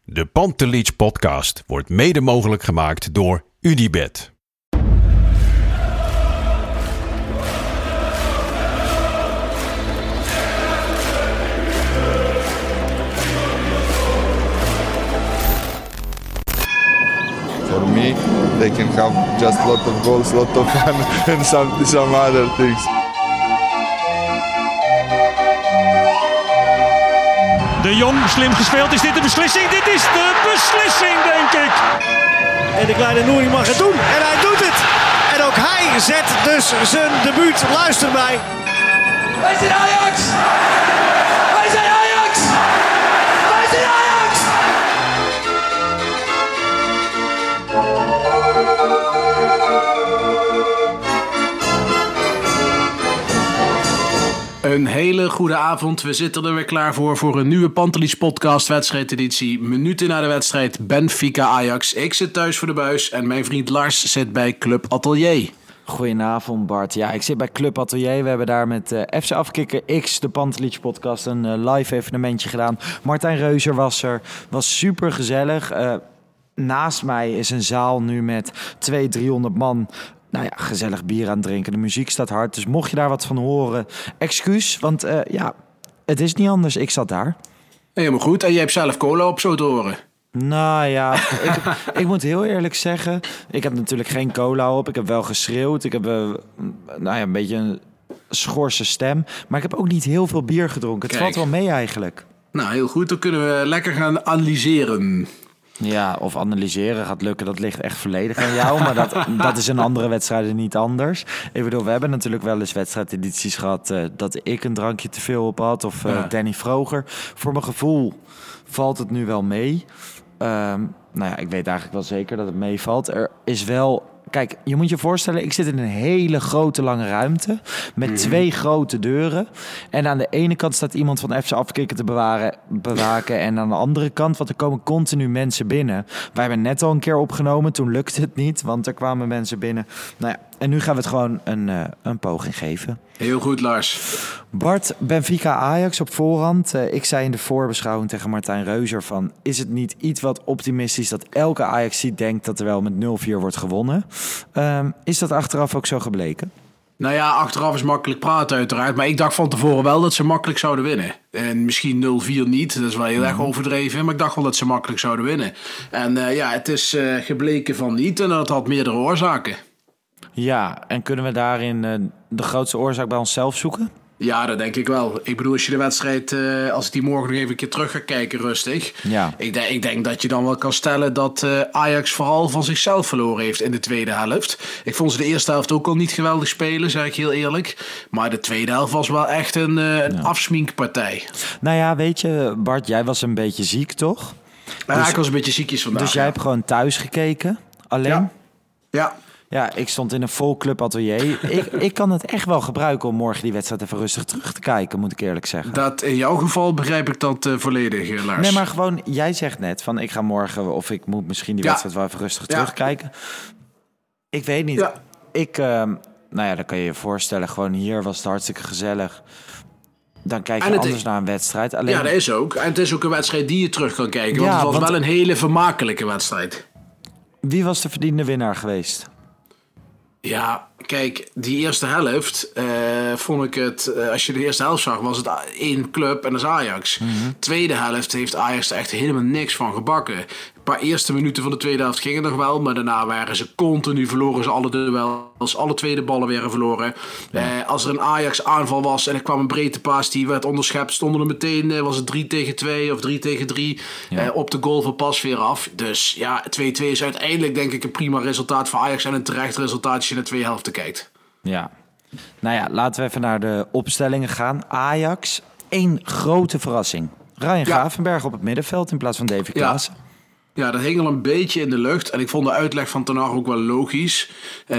De Pantelich podcast wordt mede mogelijk gemaakt door UdiBet. For me, they can have just a lot of goals, a lot of fun and some other things. De Jong, slim gespeeld. Is dit de beslissing? Dit is de beslissing, denk ik. En de kleine Nouri mag het doen. En hij doet het. En ook hij zet dus zijn debuut. Luister mij. Wij zijn Ajax! Wij zijn Ajax! Wij zijn Ajax! Een hele goede avond. We zitten er weer klaar voor een nieuwe Pantelich podcast wedstrijdeditie. Minuten na de wedstrijd Benfica-Ajax. Ik zit thuis voor de buis en mijn vriend Lars zit bij Club Atelier. Goedenavond Bart. Ja, ik zit bij Club Atelier. We hebben daar met FC Afkikker X, de Pantelich podcast, een live evenementje gedaan. Martijn Reuser was er. Was super gezellig. Naast mij is een zaal nu met 200-300 man. Nou ja, gezellig bier aan het drinken. De muziek staat hard. Dus mocht je daar wat van horen, excuus. Want het is niet anders. Ik zat daar. Helemaal goed. En jij hebt zelf cola op zo te horen. Nou ja, ik moet heel eerlijk zeggen, ik heb natuurlijk geen cola op. Ik heb wel geschreeuwd. Ik heb een beetje een schorse stem. Maar ik heb ook niet heel veel bier gedronken. Het valt wel mee eigenlijk. Nou, heel goed. Dan kunnen we lekker gaan analyseren. Ja, of analyseren gaat lukken, dat ligt echt volledig aan jou. Maar dat is in andere wedstrijden niet anders. Ik bedoel, we hebben natuurlijk wel eens wedstrijdedities gehad dat ik een drankje te veel op had. Of Danny Vroger. Voor mijn gevoel valt het nu wel mee. Ik weet eigenlijk wel zeker dat het meevalt. Er is wel... Kijk, je moet je voorstellen, ik zit in een hele grote lange ruimte met 2 grote deuren. En aan de ene kant staat iemand van FC Afkikker te bewaken en aan de andere kant, want er komen continu mensen binnen. Wij hebben net al een keer opgenomen, toen lukte het niet, want er kwamen mensen binnen. Nou ja, en nu gaan we het gewoon een poging geven. Heel goed, Lars. Bart, Benfica-Ajax op voorhand. Ik zei in de voorbeschouwing tegen Martijn Reuser van... is het niet iets wat optimistisch dat elke Ajaxiet denkt dat er wel met 0-4 wordt gewonnen? Is dat achteraf ook zo gebleken? Nou ja, achteraf is makkelijk praten uiteraard. Maar ik dacht van tevoren wel dat ze makkelijk zouden winnen. En misschien 0-4 niet, dat is wel heel erg overdreven. Maar ik dacht wel dat ze makkelijk zouden winnen. En het is gebleken van niet en dat had meerdere oorzaken. Ja, en kunnen we daarin de grootste oorzaak bij onszelf zoeken? Ja, dat denk ik wel. Ik bedoel, als je de wedstrijd, als ik die morgen nog even een keer terug ga kijken, rustig. Ja. Ik denk dat je dan wel kan stellen dat Ajax vooral van zichzelf verloren heeft in de tweede helft. Ik vond ze de eerste helft ook al niet geweldig spelen, zeg ik heel eerlijk. Maar de tweede helft was wel echt een afsminkpartij. Nou ja, weet je, Bart, jij was een beetje ziek, toch? Ja, ik was een beetje ziekjes vandaag. Dus jij hebt gewoon thuis gekeken, alleen? Ja. Ja, ik stond in een vol Club Atelier. Ik kan het echt wel gebruiken om morgen die wedstrijd even rustig terug te kijken, moet ik eerlijk zeggen. Dat in jouw geval begrijp ik dat volledig, Lars. Nee, maar gewoon, jij zegt net van ik ga morgen, of ik moet misschien die wedstrijd wel even rustig terugkijken. Ik weet niet. Ja. Dan kan je je voorstellen, gewoon hier was het hartstikke gezellig. Dan kijk je anders naar een wedstrijd. Alleen... Ja, dat is ook. En het is ook een wedstrijd die je terug kan kijken. Want het was wel een hele vermakelijke wedstrijd. Wie was de verdiende winnaar geweest? Ja, kijk, die eerste helft vond ik het... als je de eerste helft zag, was het 1 club en dat is Ajax. Tweede helft heeft Ajax er echt helemaal niks van gebakken. Een paar eerste minuten van de tweede helft gingen nog wel, maar daarna waren ze continu verloren. Ze alle duels, alle tweede ballen werden verloren. Als er een Ajax aanval was en er kwam een breedte paas die werd onderschept, stonden er meteen, was het 3-2 of 3-3 op de goal van Pasveer af. Dus ja, 2-2 is uiteindelijk denk ik een prima resultaat voor Ajax en een terecht resultaat als je naar 2 helften kijkt. Ja. Nou ja, laten we even naar de opstellingen gaan. Ajax, 1 grote verrassing. Ryan Gravenberch op het middenveld in plaats van Davy Klaassen. Ja, dat hing al een beetje in de lucht. En ik vond de uitleg van Ten Hag ook wel logisch.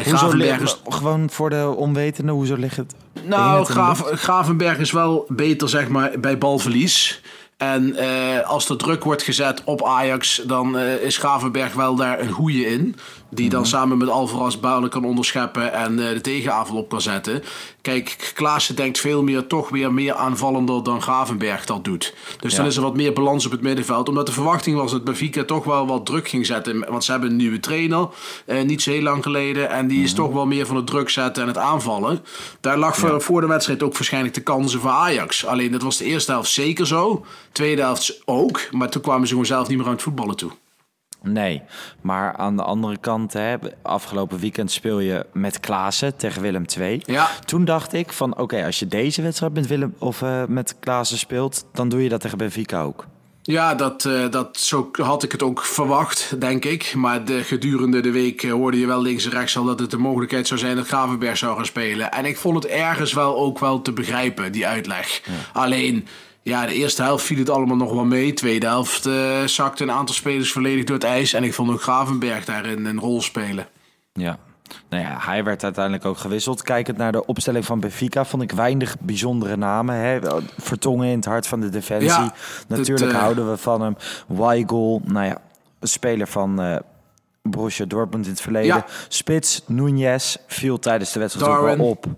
Gewoon voor de onwetende, hoezo ligt het? Nou, Gravenberch is wel beter, zeg maar, bij balverlies. En als er druk wordt gezet op Ajax, dan is Gravenberch wel daar een goeie in. Die dan samen met Alvarez builen kan onderscheppen en de tegenaanval op kan zetten. Kijk, Klaassen denkt veel meer, toch weer meer aanvallender dan Gravenberch dat doet. Dus dan is er wat meer balans op het middenveld. Omdat de verwachting was dat Benfica toch wel wat druk ging zetten. Want ze hebben een nieuwe trainer, niet zo heel lang geleden. En die is toch wel meer van het druk zetten en het aanvallen. Daar lag voor de wedstrijd ook waarschijnlijk de kansen voor Ajax. Alleen dat was de eerste helft zeker zo. Tweede helft ook. Maar toen kwamen ze gewoon zelf niet meer aan het voetballen toe. Nee, maar aan de andere kant, afgelopen weekend speel je met Klaassen tegen Willem II. Ja. Toen dacht ik van, oké, als je deze wedstrijd met Klaassen speelt, dan doe je dat tegen Benfica ook. Ja, zo had ik het ook verwacht, denk ik. Maar gedurende de week hoorde je wel links en rechts al dat het de mogelijkheid zou zijn dat Gravenberch zou gaan spelen. En ik vond het ergens ook wel te begrijpen, die uitleg. Ja. Alleen, ja, de eerste helft viel het allemaal nog wel mee. Tweede helft zakte een aantal spelers volledig door het ijs. En ik vond ook Gravenberch daarin een rol spelen. Ja. Nou ja, hij werd uiteindelijk ook gewisseld. Kijkend naar de opstelling van Benfica vond ik weinig bijzondere namen. Vertongen in het hart van de defensie. Ja, natuurlijk houden we van hem. Weigl, nou ja, een speler van Borussia Dortmund in het verleden. Ja. Spits, Núñez, viel tijdens de wedstrijd ook wel op.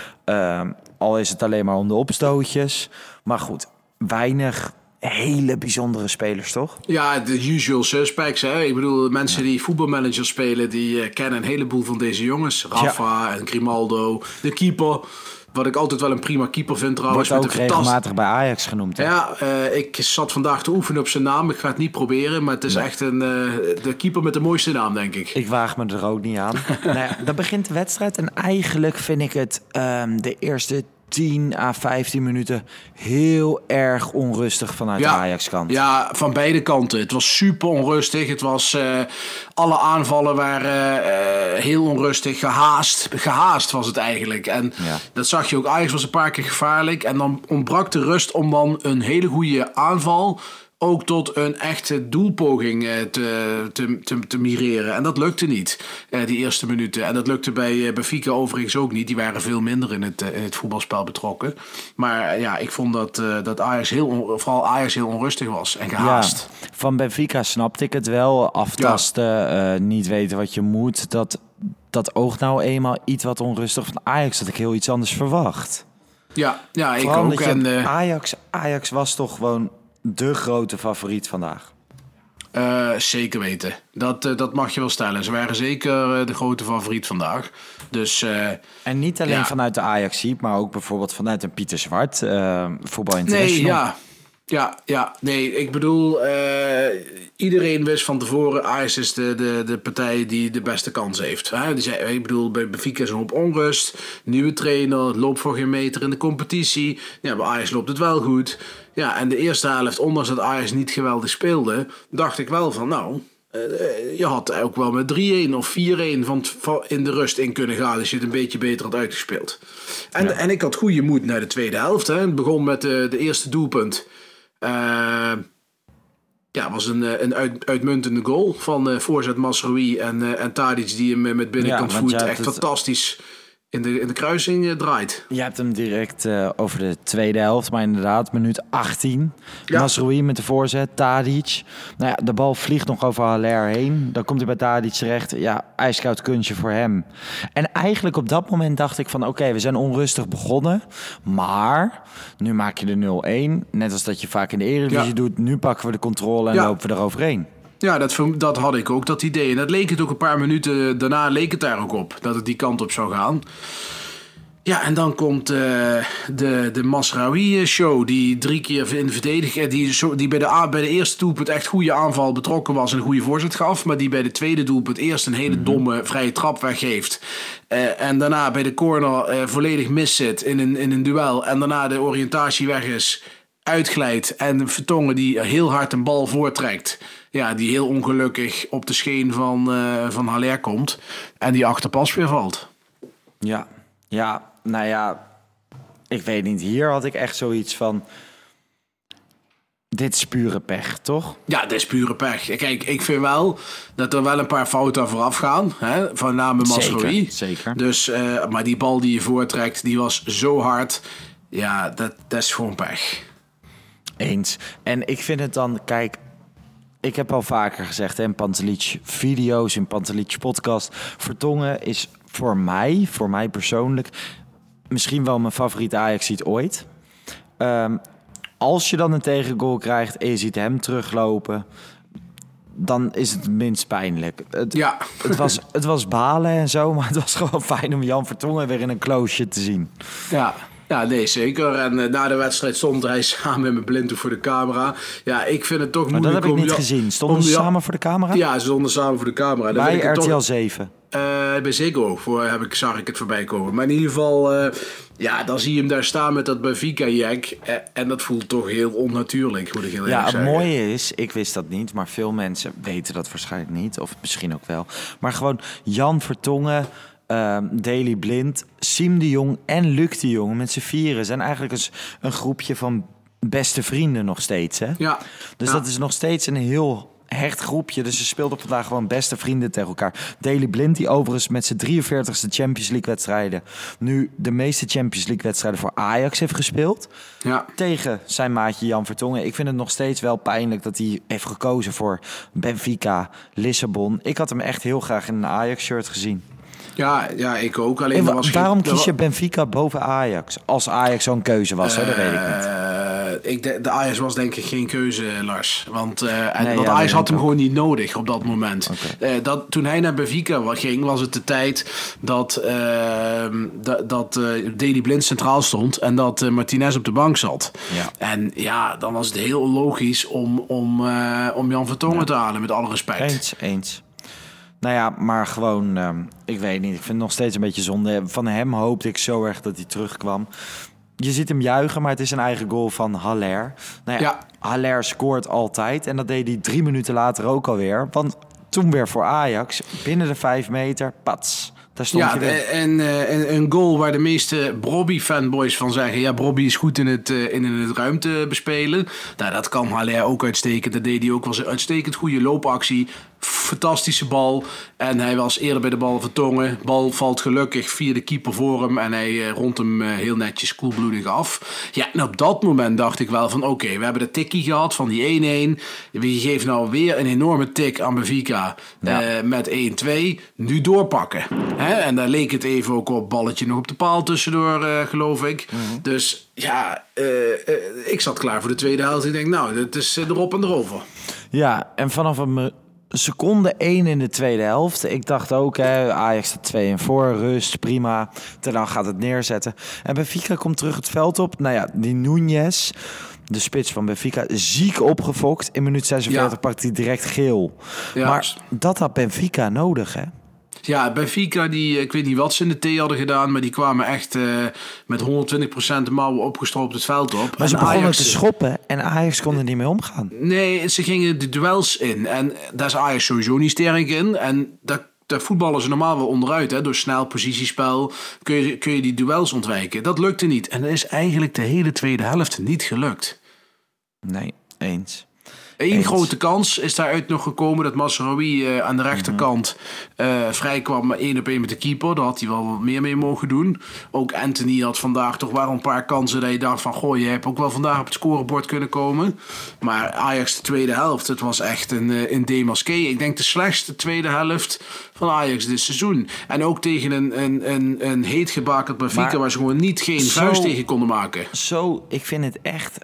Al is het alleen maar om de opstootjes. Maar goed, weinig hele bijzondere spelers, toch? Ja, de usual suspects. Hè? Ik bedoel, mensen die voetbalmanager spelen, die kennen een heleboel van deze jongens. Rafa en Grimaldo, de keeper. Wat ik altijd wel een prima keeper vind trouwens. Wordt ook regelmatig bij Ajax genoemd. Hè? Ja, ik zat vandaag te oefenen op zijn naam. Ik ga het niet proberen, maar het is echt de keeper met de mooiste naam, denk ik. Ik waag me er ook niet aan. Nou ja, dan begint de wedstrijd en eigenlijk vind ik het de eerste 10 à 15 minuten heel erg onrustig vanuit de Ajax-kant. Ja, van beide kanten. Het was super onrustig. Het was alle aanvallen waren heel onrustig. Gehaast was het eigenlijk. En dat zag je ook. Ajax was een paar keer gevaarlijk. En dan ontbrak de rust om dan een hele goede aanval ook tot een echte doelpoging te mireren. En dat lukte niet, die eerste minuten. En dat lukte bij Benfica overigens ook niet. Die waren veel minder in het voetbalspel betrokken. Maar ja, ik vond dat Ajax vooral Ajax heel onrustig was en gehaast. Ja, van Benfica snapte ik het wel. Aftasten, niet weten wat je moet. Dat oogt nou eenmaal iets wat onrustig. Van Ajax had ik heel iets anders verwacht. Ja, ik ook. Ajax was toch gewoon de grote favoriet vandaag. Zeker weten. Dat mag je wel stellen. Ze waren zeker de grote favoriet vandaag. Dus, en niet alleen vanuit de Ajax-ziep, maar ook bijvoorbeeld vanuit een Pieter Zwart, Voetbal International. Nee, ik bedoel, iedereen wist van tevoren, Ajax is de partij die de beste kans heeft. Ik bedoel, bij Benfica is er op onrust, nieuwe trainer, het loopt voor geen meter in de competitie. Ja, bij Ajax loopt het wel goed. Ja, en de eerste helft, ondanks dat Ajax niet geweldig speelde, dacht ik wel van, je had ook wel met 3-1 of 4-1 in de rust in kunnen gaan als je het een beetje beter had uitgespeeld. En ik had goede moed naar de tweede helft. Hè. Het begon met de eerste doelpunt. Was een uitmuntende goal van voorzet Mazraoui en Tadic die hem met binnenkant voet echt fantastisch in de kruising draait. Je hebt hem direct over de tweede helft, maar inderdaad, minuut 18. Ja. Mazraoui met de voorzet, Tadic. Nou ja, de bal vliegt nog over Haller heen. Dan komt hij bij Tadic terecht. Ja, ijskoud kunstje voor hem. En eigenlijk op dat moment dacht ik van, oké, we zijn onrustig begonnen. Maar nu maak je de 0-1. Net als dat je vaak in de Eredivisie doet. Nu pakken we de controle en lopen we eroverheen. Ja, dat had ik ook, dat idee. En dat leek het ook een paar minuten daarna leek het daar ook op. Dat het die kant op zou gaan. Ja, en dan komt de Mazraoui-show. Die 3 keer in de verdediging. Die bij de eerste doelpunt echt goede aanval betrokken was. En een goede voorzet gaf. Maar die bij de tweede doelpunt eerst een hele domme vrije trap weggeeft. En daarna bij de corner volledig miszit in een duel. En daarna de oriëntatie weg is. Uitglijdt. En Vertongen die heel hard een bal voortrekt. Ja, die heel ongelukkig op de scheen van Haller komt. En die achterpas weer valt. Ja, nou ja, ik weet niet. Hier had ik echt zoiets van, dit is pure pech, toch? Ja, dit is pure pech. Kijk, ik vind wel dat er wel een paar fouten aan vooraf gaan. Hè, van name Mazraoui. Zeker. Dus, maar die bal die je voortrekt, die was zo hard. Ja, dat is gewoon pech. Eens. En ik vind het dan, kijk, ik heb al vaker gezegd in Pantelic video's, in Pantelic podcast, Vertongen is voor mij persoonlijk, misschien wel mijn favoriete Ajaxiet ooit. Als je dan een tegengoal krijgt en je ziet hem teruglopen, dan is het minst pijnlijk. Het was balen en zo, maar het was gewoon fijn om Jan Vertongen weer in een closeje te zien. Ja, nee, zeker. En na de wedstrijd stond hij samen met Blind voor de camera. Ja, ik vind het toch moeilijk. Maar dat heb ik niet gezien. Stonden ze samen voor de camera? Ja, ze stonden samen voor de camera. Bij RTL 7? Bij Ziggo zag ik het voorbij komen. Maar in ieder geval, dan zie je hem daar staan met dat Benfica-jack. En dat voelt toch heel onnatuurlijk, moet ik heel eerlijk zeggen. Ja, het mooie is, ik wist dat niet, maar veel mensen weten dat waarschijnlijk niet. Of misschien ook wel. Maar gewoon Jan Vertongen, Daley Blind, Siem de Jong en Luc de Jong met z'n vieren zijn eigenlijk een groepje van beste vrienden nog steeds. Hè? Ja. Dus dat is nog steeds een heel hecht groepje. Dus ze speelden vandaag gewoon beste vrienden tegen elkaar. Daley Blind, die overigens met zijn 43ste Champions League wedstrijden nu de meeste Champions League wedstrijden voor Ajax heeft gespeeld. Ja. Tegen zijn maatje Jan Vertongen. Ik vind het nog steeds wel pijnlijk dat hij heeft gekozen voor Benfica, Lissabon. Ik had hem echt heel graag in een Ajax-shirt gezien. Ja, ik ook. Alleen waarom kies je Benfica boven Ajax? Als Ajax zo'n keuze was, dat weet ik niet. De Ajax was denk ik geen keuze, Lars. Want Ajax had hem gewoon niet nodig op dat moment. Okay. Toen hij naar Benfica ging, was het de tijd dat Daley Blind centraal stond en dat Martinez op de bank zat. Ja. En dan was het heel logisch om Jan Vertongen te halen, met alle respect. Eens. Nou ja, maar gewoon, ik weet niet. Ik vind het nog steeds een beetje zonde. Van hem hoopte ik zo erg dat hij terugkwam. Je ziet hem juichen, maar het is een eigen goal van Haller. Nou ja, Haller scoort altijd. En dat deed hij 3 minuten later ook alweer. Want toen weer voor Ajax, binnen de 5 meter, pats. Daar stond je weer. En een goal waar de meeste Brobby-fanboys van zeggen, ja, Brobby is goed in het ruimte bespelen. Nou, dat kan Haller ook uitstekend. Dat deed hij ook. Was een uitstekend goede loopactie. Fantastische bal. En hij was eerder bij de bal Vertongen. Bal valt gelukkig via de keeper voor hem. En hij rondt hem heel netjes koelbloedig af. Ja, en op dat moment dacht ik wel van oké, we hebben de tikkie gehad van die 1-1. We geven nou weer een enorme tik aan Benfica. Met 1-2. Nu doorpakken. Hè? En daar leek het even ook op. Balletje nog op de paal tussendoor, geloof ik. Mm-hmm. Dus ja, ik zat klaar voor de tweede helft. Ik denk, nou, dat is erop en erover. Ja, en vanaf een seconde 1 in de tweede helft. Ik dacht ook, Ajax staat 2 en voor, rust, prima. Daarna gaat het neerzetten. En Benfica komt terug het veld op. Nou ja, die Núñez, de spits van Benfica, ziek opgefokt. In minuut 46 pakt hij direct geel. Ja. Maar dat had Benfica nodig, hè? Ja, Benfica, ik weet niet wat ze in de thee hadden gedaan, maar die kwamen echt met 120% de mouwen opgestroopt het veld op. Maar ze begonnen te schoppen en Ajax kon er niet mee omgaan. Nee, ze gingen de duels in en daar is Ajax sowieso niet sterk in. En daar voetballen ze normaal wel onderuit. Hè? Door snel positiespel kun je die duels ontwijken. Dat lukte niet. En dat is eigenlijk de hele tweede helft niet gelukt. Nee, eens. Eén grote kans is daaruit nog gekomen dat Mazraoui aan de rechterkant vrij kwam 1-op-1 met de keeper. Daar had hij wel wat meer mee mogen doen. Ook Anthony had vandaag toch wel een paar kansen dat je dacht van goh, je hebt ook wel vandaag op het scorebord kunnen komen. Maar Ajax de tweede helft, het was echt een démasqué. Ik denk de slechtste tweede helft van Ajax dit seizoen. En ook tegen een heet gebakerd Benfica waar ze gewoon geen vuist tegen konden maken. Ik vind het echt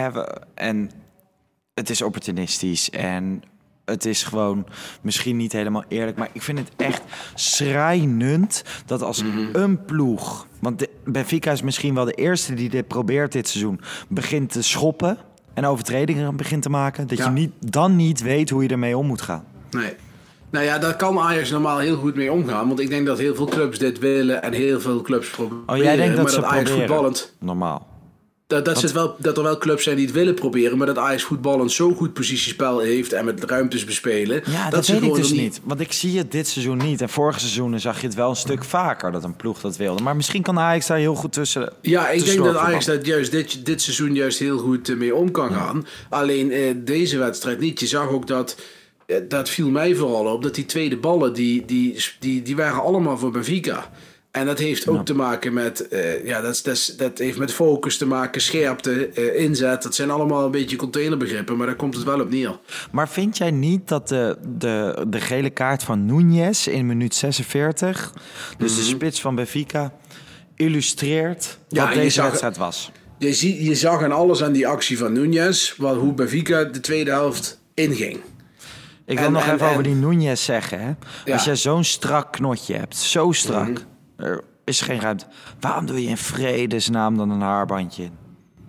en het is opportunistisch en het is gewoon misschien niet helemaal eerlijk, maar ik vind het echt schrijnend dat als een ploeg, want Benfica is misschien wel de eerste die dit probeert dit seizoen, begint te schoppen en overtredingen begint te maken, dat je niet weet hoe je ermee om moet gaan. Nee. Nou ja, daar kan Ajax normaal heel goed mee omgaan, want ik denk dat heel veel clubs dit willen en heel veel clubs proberen. Oh, jij denkt dat ze Ajax proberen? Voetballend Normaal. Dat er wel clubs zijn die het willen proberen, maar dat Ajax voetballend zo goed positiespel heeft en met ruimtes bespelen. Ja, dat weet ik dus niet. Want ik zie het dit seizoen niet. En vorige seizoenen zag je het wel een stuk vaker dat een ploeg dat wilde. Maar misschien kan Ajax daar heel goed tussen. Ja, ik denk dat Ajax dat juist dit seizoen juist heel goed mee om kan gaan. Alleen deze wedstrijd niet. Je zag ook dat viel mij vooral op, dat die tweede ballen, die waren allemaal voor Benfica. En dat heeft ook te maken met, dat heeft met focus te maken, scherpte, inzet. Dat zijn allemaal een beetje containerbegrippen, maar daar komt het wel op neer. Maar vind jij niet dat de gele kaart van Núñez in minuut 46, dus de spits van Benfica, illustreert wat deze wedstrijd was? Je zag aan alles aan die actie van Núñez, hoe Benfica de tweede helft inging. Ik wil nog even over die Núñez zeggen. Hè? Ja. Als jij zo'n strak knotje hebt, zo strak, er is geen ruimte. Waarom doe je in vredesnaam dan een haarbandje in?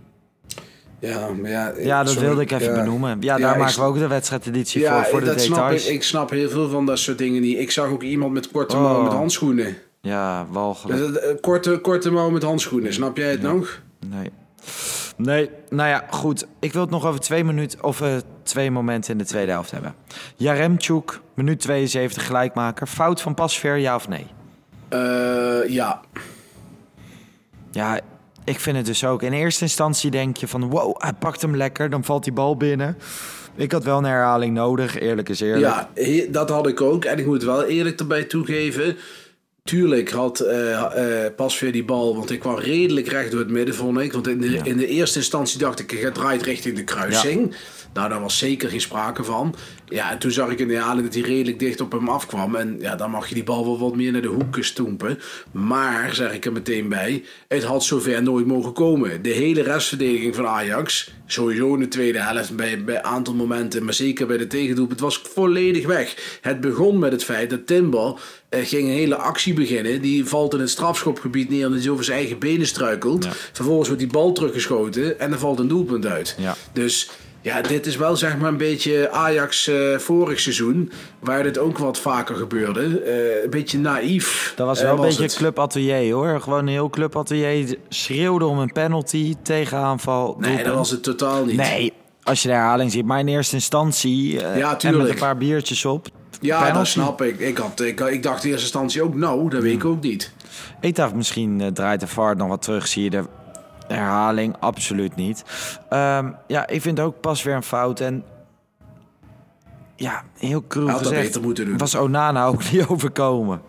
Ja, dat wilde ik even benoemen. Ja, daar maken we ook de wedstrijdeditie voor de details. Ik snap heel veel van dat soort dingen niet. Ik zag ook iemand met korte mouwen met handschoenen. Ja, walgelijk. Korte mouwen met handschoenen, snap jij het nog? Nee, nou ja, goed. Ik wil het nog over 2 momenten in de tweede helft hebben. Jaremchuk, minuut 72, gelijkmaker. Fout van Pasveer, ja of nee? Ja. Ja, ik vind het dus ook. In eerste instantie denk je van, wow, hij pakt hem lekker. Dan valt die bal binnen. Ik had wel een herhaling nodig, eerlijk is eerlijk. Ja, dat had ik ook. En ik moet wel eerlijk erbij toegeven. Tuurlijk had Pasveer die bal, want ik kwam redelijk recht door het midden, vond ik. Want in de eerste instantie dacht ik, hij draait richting de kruising. Ja. Nou, daar was zeker geen sprake van. Ja, en toen zag ik in de herhaling dat hij redelijk dicht op hem afkwam. En ja, dan mag je die bal wel wat meer naar de hoeken stoempen. Maar, zeg ik er meteen bij, het had zover nooit mogen komen. De hele restverdediging van Ajax, sowieso in de tweede helft, bij een aantal momenten, maar zeker bij de tegendoelpunt, het was volledig weg. Het begon met het feit dat Timber ging een hele actie beginnen. Die valt in het strafschopgebied neer en is over zijn eigen benen struikelt. Ja. Vervolgens wordt die bal teruggeschoten en er valt een doelpunt uit. Ja. Dus ja, dit is wel zeg maar een beetje Ajax vorig seizoen, waar dit ook wat vaker gebeurde. Een beetje naïef. Dat was wel een beetje Club Atelier, hoor. Gewoon een heel Club Atelier schreeuwde om een penalty, tegenaanval. Nee, dat was het totaal niet. Nee, als je de herhaling ziet. Maar in eerste instantie en met een paar biertjes op. Ja, penalty. Dat snap ik. Ik dacht in eerste instantie ook, dat weet ik ook niet. Ik dacht misschien draait de VAR nog wat terug, zie je de herhaling, absoluut niet. Ik vind ook pas weer een fout. En ja, heel cru gezegd, was Onana ook niet overkomen?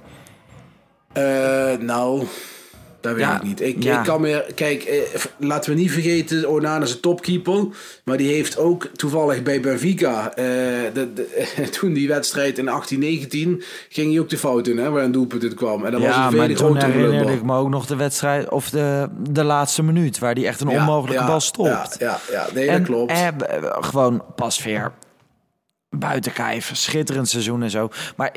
Dat weet ik niet. Ik kan meer. Kijk, laten we niet vergeten, Onana is een topkeeper. Maar die heeft ook toevallig bij Benfica, toen die wedstrijd in 18-19, ging hij ook de fout in, hè, waar een doelpunt in kwam. En dat was een vele grote herinnerde ik me ook nog de wedstrijd, of de laatste minuut, waar die echt een onmogelijke bal stopt. Ja, nee, dat klopt. Gewoon Pasveer, buiten kijf, schitterend seizoen en zo. Maar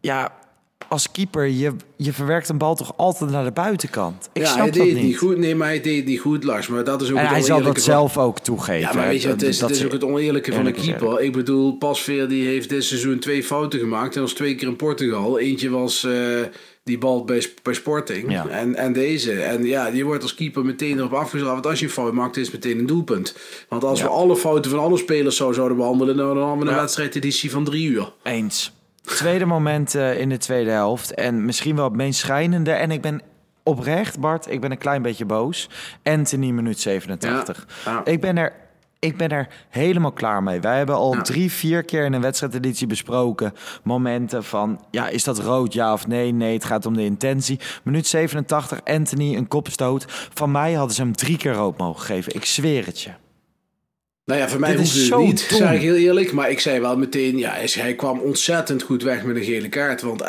als keeper, je verwerkt een bal toch altijd naar de buitenkant. Ik snap hij deed dat het niet goed. Nee, maar hij deed het niet goed, Lars. Maar dat is ook en hij zal dat zelf ook toegeven. Ja, maar weet je, het is ook het oneerlijke van een keeper. Ik bedoel, Pasveer die heeft dit seizoen 2 fouten gemaakt. En was 2 keer in Portugal. Eentje was die bal bij Sporting. Ja. En deze. En ja, je wordt als keeper meteen erop afgestraft. Want als je een fout maakt, is het meteen een doelpunt. Want als we alle fouten van alle spelers zo zouden behandelen, dan hadden we een wedstrijdeditie van 3 uur. Eens. Tweede moment in de tweede helft. En misschien wel het meest schijnende. En ik ben oprecht, Bart, ik ben een klein beetje boos. Anthony, minuut 87. Ja. Ik ben er helemaal klaar mee. Wij hebben al 3-4 keer in een wedstrijdeditie besproken momenten van, is dat rood, ja of nee? Nee, het gaat om de intentie. Minuut 87, Anthony, een kopstoot. Van mij hadden ze hem 3 keer rood mogen geven. Ik zweer het je. Nou ja, voor mij hoefde het niet, zeg ik heel eerlijk. Maar ik zei wel meteen, hij kwam ontzettend goed weg met een gele kaart. Want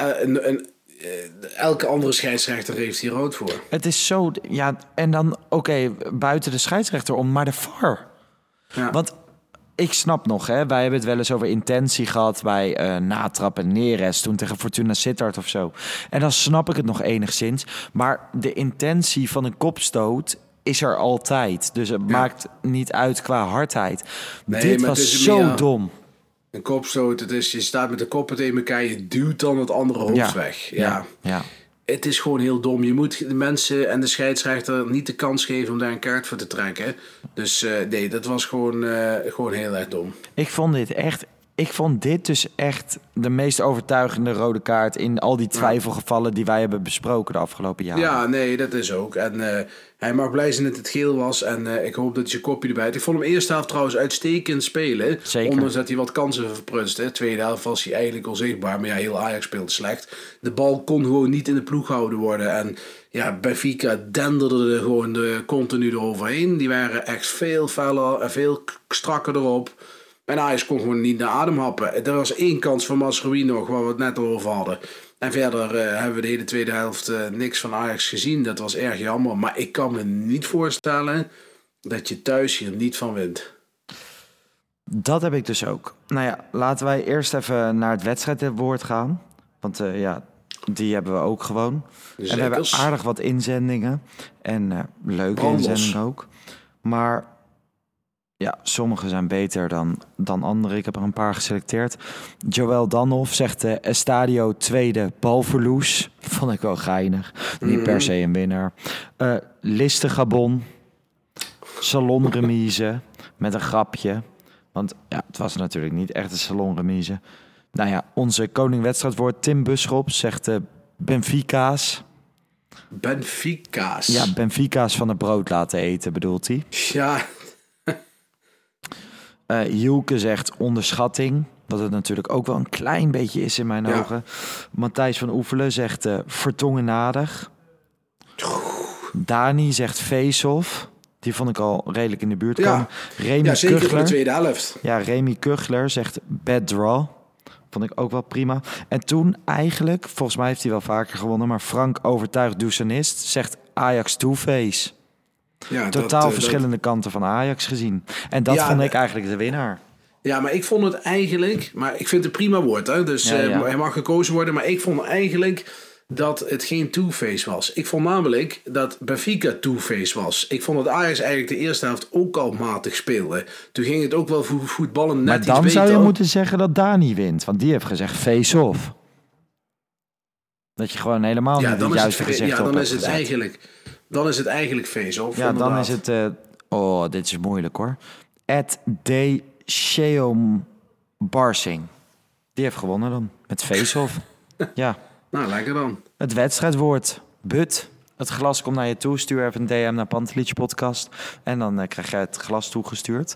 elke andere scheidsrechter heeft hier rood voor. Het is zo, en dan, buiten de scheidsrechter om, maar de VAR. Ja. Want ik snap nog, wij hebben het wel eens over intentie gehad bij Natrap en Neres, toen tegen Fortuna Sittard of zo. En dan snap ik het nog enigszins. Maar de intentie van een kopstoot is er altijd. Dus het maakt niet uit qua hardheid. Nee, dit was zo dom. Een kopstoot, je staat met de koppen tegen elkaar, je duwt dan het andere hoofd weg. Ja. Het is gewoon heel dom. Je moet de mensen en de scheidsrechter niet de kans geven om daar een kaart voor te trekken. Dus dat was gewoon heel erg dom. Ik vond dit echt Ik vond dit dus echt de meest overtuigende rode kaart in al die twijfelgevallen die wij hebben besproken de afgelopen jaren. Ja, nee, dat is ook. En hij mag blij zijn dat het geel was. En ik hoop dat hij zijn kopje erbij heeft. Ik vond hem eerste helft trouwens uitstekend spelen. Zeker. Ondanks dat hij wat kansen verprutste. Tweede helft was hij eigenlijk onzichtbaar. Maar ja, heel Ajax speelde slecht. De bal kon gewoon niet in de ploeg gehouden worden. En ja, Benfica denderde er gewoon continu eroverheen. Die waren echt veel feller en veel strakker erop. En Ajax kon gewoon niet naar adem happen. Er was 1 kans van Mazraoui nog, waar we het net al over hadden. En verder hebben we de hele tweede helft niks van Ajax gezien. Dat was erg jammer. Maar ik kan me niet voorstellen dat je thuis hier niet van wint. Dat heb ik dus ook. Nou ja, laten wij eerst even naar het wedstrijdwoord gaan. Want die hebben we ook gewoon. Zekers. En we hebben aardig wat inzendingen. En leuke Brandlos. inzendingen ook. Maar ja, sommige zijn beter dan andere. Ik heb er een paar geselecteerd. Joël Danhoff zegt Estadio tweede balverloes. Vond ik wel geinig. Niet per se een winnaar. Liste Gabon. Salonremise. Met een grapje. Want ja, het was natuurlijk niet echt een salonremise. Nou ja, onze koning-wedstrijdwoord Tim Busschop zegt Benfica's. Benfica's? Ja, Benfica's van het brood laten eten, bedoelt hij. Ja. Hielke zegt onderschatting. Wat het natuurlijk ook wel een klein beetje is in mijn ogen. Matthijs van Oefelen zegt vertongenadig. Dani zegt face-off. Die vond ik al redelijk in de buurt komen. Ja, zeker voor de tweede helft. Ja, Remy Kuchler zegt bad draw. Vond ik ook wel prima. En toen eigenlijk, volgens mij heeft hij wel vaker gewonnen... maar Frank Overtuigd Doucenist zegt Ajax two-face. Ja, Totaal verschillende kanten van Ajax gezien. En dat vond ik eigenlijk de winnaar. Ja, maar ik vond het eigenlijk... Maar ik vind het een prima woord, hè? Dus hij mag gekozen worden. Maar ik vond eigenlijk dat het geen two-face was. Ik vond namelijk dat Benfica two-face was. Ik vond dat Ajax eigenlijk de eerste helft ook al matig speelde. Toen ging het ook wel voetballen net maar iets dan beter. zou je moeten zeggen dat Dani wint. Want die heeft gezegd face-off. Dat je gewoon helemaal niet het juiste gezicht op hebt gezet. Dan is het eigenlijk face-off. Ja, inderdaad. dan is het... dit is moeilijk hoor. D. Sheom Barsing. Die heeft gewonnen dan. Met face-off. Ja. Nou, lekker dan. Het wedstrijdwoord. But. Het glas komt naar je toe. Stuur even een DM naar Pantelietje Podcast. En dan krijg jij het glas toegestuurd.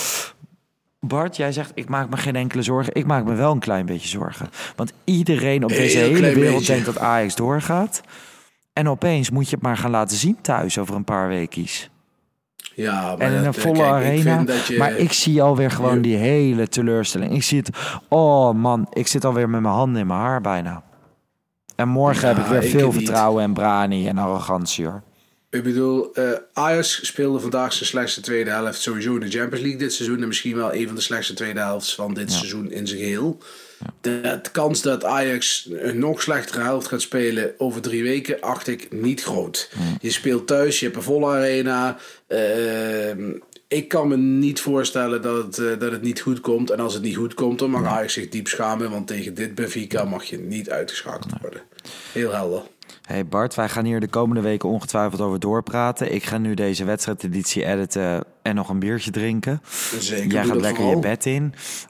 Bart, jij zegt, ik maak me geen enkele zorgen. Ik maak me wel een klein beetje zorgen. Want iedereen op deze hele wereld denkt dat Ajax doorgaat. En opeens moet je het maar gaan laten zien thuis over een paar weekjes. Ja, maar en in een volle arena. Maar ik zie alweer gewoon die hele teleurstelling. Ik zie het... Oh man, ik zit alweer met mijn handen in mijn haar bijna. En morgen heb ik weer veel vertrouwen en brani en arrogantie hoor. Ik bedoel, Ajax speelde vandaag zijn slechtste tweede helft sowieso in de Champions League dit seizoen. En misschien wel een van de slechtste tweede helfts van dit seizoen in zijn geheel. De kans dat Ajax een nog slechtere helft gaat spelen over 3 weken, acht ik niet groot. Je speelt thuis, je hebt een volle arena. Ik kan me niet voorstellen dat het niet goed komt. En als het niet goed komt, dan mag Ajax zich diep schamen. Want tegen dit Benfica mag je niet uitgeschakeld worden. Heel helder. Hey Bart, wij gaan hier de komende weken ongetwijfeld over doorpraten. Ik ga nu deze wedstrijdeditie editen en nog een biertje drinken. Zeker. Jij gaat lekker je bed in.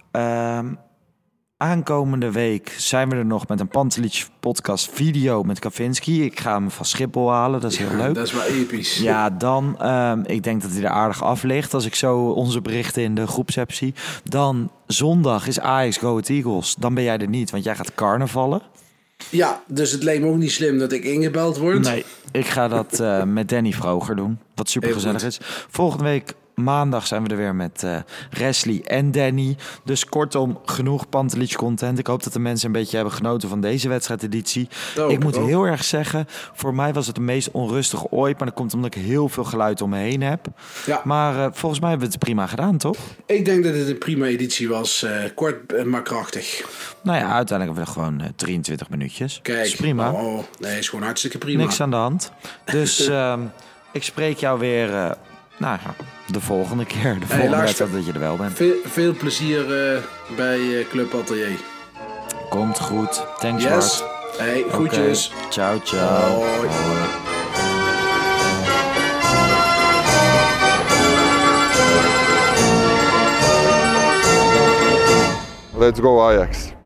Aankomende week zijn we er nog met een Pantelietje podcast video met Kavinski. Ik ga hem van Schiphol halen, dat is heel leuk. Dat is wel episch. Ja, dan, ik denk dat hij er aardig af ligt als ik zo onze berichten in de groepsapp zie. Dan zondag is Ajax Go Ahead Eagles. Dan ben jij er niet, want jij gaat carnavallen. Ja, dus het leek me ook niet slim dat ik ingebeld word. Nee, ik ga dat met Danny Vroger doen, wat super gezellig is. Volgende week maandag zijn we er weer met Wesley en Danny. Dus kortom, genoeg Pantelietje content. Ik hoop dat de mensen een beetje hebben genoten van deze wedstrijdeditie. Ik moet heel erg zeggen, voor mij was het de meest onrustige ooit. Maar dat komt omdat ik heel veel geluid om me heen heb. Ja. Maar volgens mij hebben we het prima gedaan, toch? Ik denk dat het een prima editie was. Kort maar krachtig. Nou ja, uiteindelijk hebben we gewoon 23 minuutjes. Kijk, dat is prima. Nee, is gewoon hartstikke prima. Niks aan de hand. Dus ik spreek jou weer... de volgende keer. De volgende wedstrijd dat je er wel bent. Veel plezier bij Club Atelier. Komt goed. Thanks, yes. Bart. Hey, groetjes. Okay. Ciao, ciao. Hoi. Let's go Ajax.